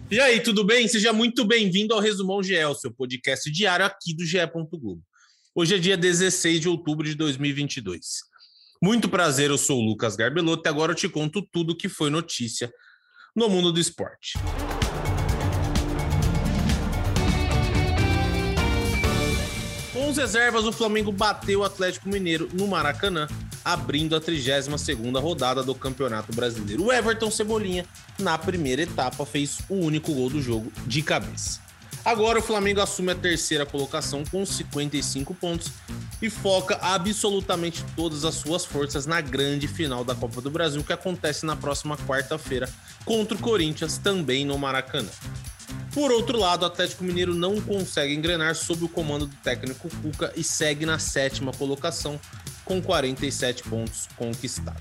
E aí, tudo bem? Seja muito bem-vindo ao Resumão GE, o seu podcast diário aqui do GE. Globo. Hoje é dia 16 de outubro de 2022. Muito prazer, eu sou o Lucas Garbelotto e agora eu te conto tudo que foi notícia no mundo do esporte. Com os reservas, o Flamengo bateu o Atlético Mineiro no Maracanã, abrindo a 32ª rodada do Campeonato Brasileiro. O Everton Cebolinha, na primeira etapa, fez o único gol do jogo de cabeça. Agora o Flamengo assume a terceira colocação com 55 pontos e foca absolutamente todas as suas forças na grande final da Copa do Brasil, que acontece na próxima quarta-feira contra o Corinthians, também no Maracanã. Por outro lado, o Atlético Mineiro não consegue engrenar sob o comando do técnico Cuca e segue na 7ª colocação com 47 pontos conquistados.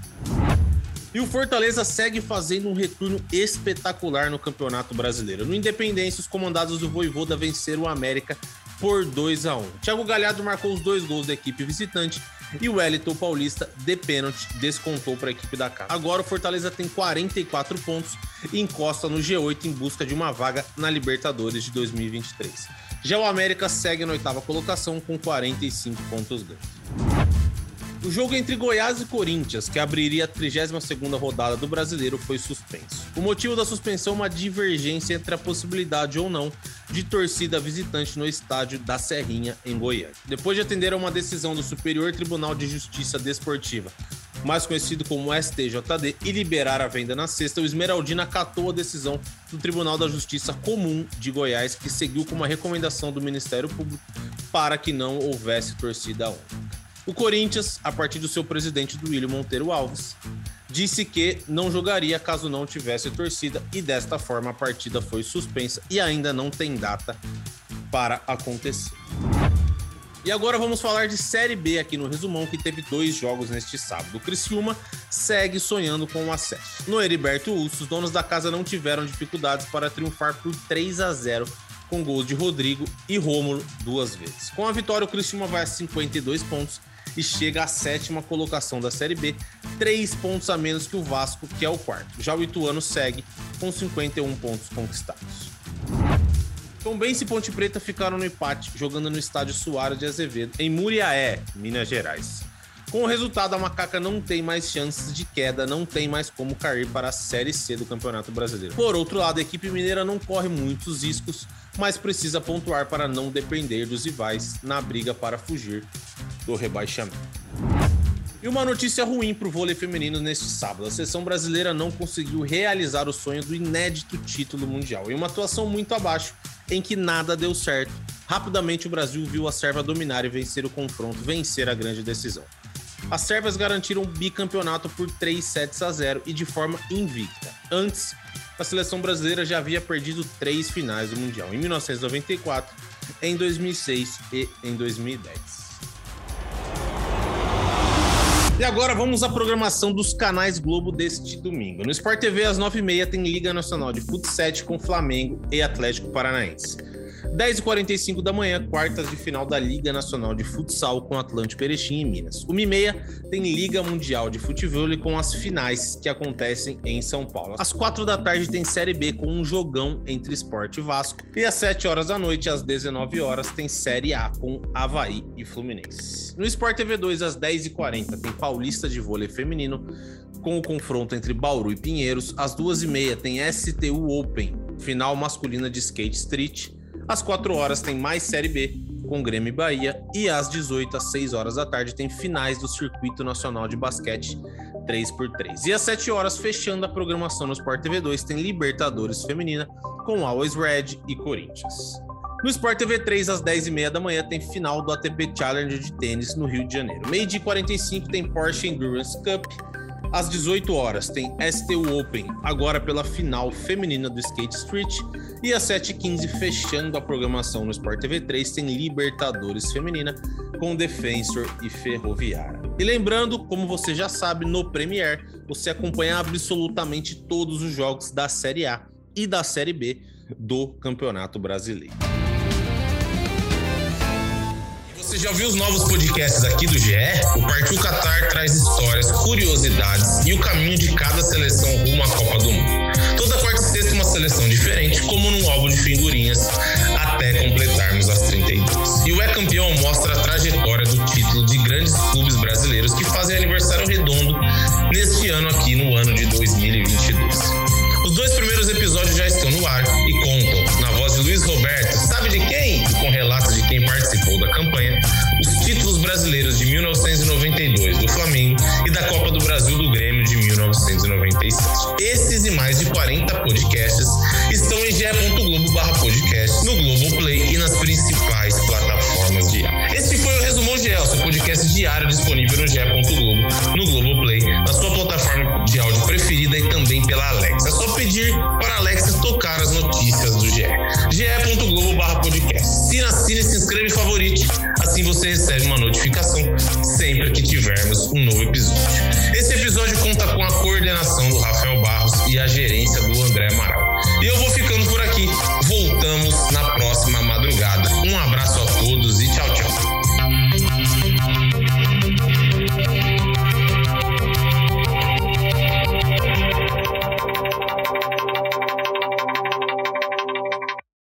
E o Fortaleza segue fazendo um retorno espetacular no Campeonato Brasileiro. No Independência, os comandados do Vojvoda venceram o América por 2-1. Thiago Galhardo marcou os 2 gols da equipe visitante e o Wellington Paulista, de pênalti, descontou para a equipe da casa. Agora o Fortaleza tem 44 pontos e encosta no G8 em busca de uma vaga na Libertadores de 2023. Já o América segue na 8ª colocação com 45 pontos ganhos. O jogo entre Goiás e Corinthians, que abriria a 32ª rodada do Brasileiro, foi suspenso. O motivo da suspensão é uma divergência entre a possibilidade ou não de torcida visitante no estádio da Serrinha, em Goiânia. Depois de atender a uma decisão do Superior Tribunal de Justiça Desportiva, mais conhecido como STJD, e liberar a venda na sexta, o Esmeraldina acatou a decisão do Tribunal da Justiça Comum de Goiás, que seguiu com uma recomendação do Ministério Público para que não houvesse torcida única. O Corinthians, a partir do seu presidente Duílio Monteiro Alves, disse que não jogaria caso não tivesse torcida e desta forma a partida foi suspensa e ainda não tem data para acontecer. E agora vamos falar de Série B aqui no Resumão, que teve 2 jogos neste sábado. O Criciúma segue sonhando com o acesso. No Heriberto Urso, os donos da casa não tiveram dificuldades para triunfar por 3-0 com gols de Rodrigo e Rômulo 2 vezes. Com a vitória, o Criciúma vai a 52 pontos e chega à 7ª colocação da Série B, 3 pontos a menos que o Vasco, que é o 4º. Já o Ituano segue com 51 pontos conquistados. Tombense e Ponte Preta ficaram no empate, jogando no estádio Soares de Azevedo, em Muriaé, Minas Gerais. Com o resultado, a Macaca não tem mais chances de queda, não tem mais como cair para a Série C do Campeonato Brasileiro. Por outro lado, a equipe mineira não corre muitos riscos, mas precisa pontuar para não depender dos rivais na briga para fugir do rebaixamento. E uma notícia ruim para o vôlei feminino neste sábado. A seleção brasileira não conseguiu realizar o sonho do inédito título mundial. Em uma atuação muito abaixo, em que nada deu certo, rapidamente o Brasil viu a Sérvia dominar e vencer o confronto, vencer a grande decisão. As sérvias garantiram o bicampeonato por 3-0 e de forma invicta. Antes, a seleção brasileira já havia perdido 3 finais do Mundial, em 1994, em 2006 e em 2010. E agora vamos à programação dos canais Globo deste domingo. No Sport TV, às 9h30, tem Liga Nacional de Futsal com Flamengo e Atlético Paranaense. 10h45 da manhã, quartas de final da Liga Nacional de Futsal com Atlântico Erechim e Minas. 1h30 tem Liga Mundial de Futevôlei com as finais que acontecem em São Paulo. Às 4 da tarde tem Série B com um jogão entre Sport e Vasco. E às 7 horas da noite, às 19 horas, tem Série A com Avaí e Fluminense. No Sport TV 2, às 10h40, tem Paulista de Vôlei Feminino com o confronto entre Bauru e Pinheiros. Às 2h30 tem STU Open, final masculina de Skate Street. Às 4 horas tem mais Série B com Grêmio e Bahia e às 18 às 6 horas da tarde tem finais do Circuito Nacional de Basquete 3x3. E às 7 horas, fechando a programação no Sport TV 2, tem Libertadores Feminina com Always Red e Corinthians. No Sport TV 3, às 10h30 da manhã, tem final do ATP Challenger de tênis no Rio de Janeiro. 12h45 tem Porsche Endurance Cup. Às 18 horas tem STU Open, agora pela final feminina do Skate Street. E às 7h15, fechando a programação no Sport TV 3, tem Libertadores Feminina com Defensor e Ferroviária. E lembrando, como você já sabe, no Premier você acompanha absolutamente todos os jogos da Série A e da Série B do Campeonato Brasileiro. Você já ouviu os novos podcasts aqui do GE? O Partiu Qatar traz histórias, curiosidades e o caminho de cada seleção rumo à Copa do Mundo. Toda quarta e sexta, uma uma seleção diferente, como num álbum de figurinhas, até completarmos as 32. E o É Campeão mostra a trajetória do título de grandes clubes brasileiros que fazem aniversário redondo neste ano aqui, no ano de 2022. Os 2 primeiros episódios já estão no ar e contam, na voz de Luiz Roberto, sabe de quem? E com relatos de quem participou da campanha, os títulos brasileiros de 1992 do Flamengo e da Copa do Brasil do Grêmio de 1997. Esses e mais de 40 podcasts estão em ge.globo/podcast, no Globoplay e nas principais plataformas de áudio. Este foi o Resumão GE, seu podcast diário disponível no ge.globo, no Globoplay, na sua plataforma de áudio preferida e também pela Alexa. É só pedir para a Alexa tocar as notícias do GE. ge.globo/podcast. Assine, se inscreva e favorite. Assim você recebe uma notificação sempre que tivermos um novo episódio. Esse episódio conta com a coordenação do Rafael Barros e a gerência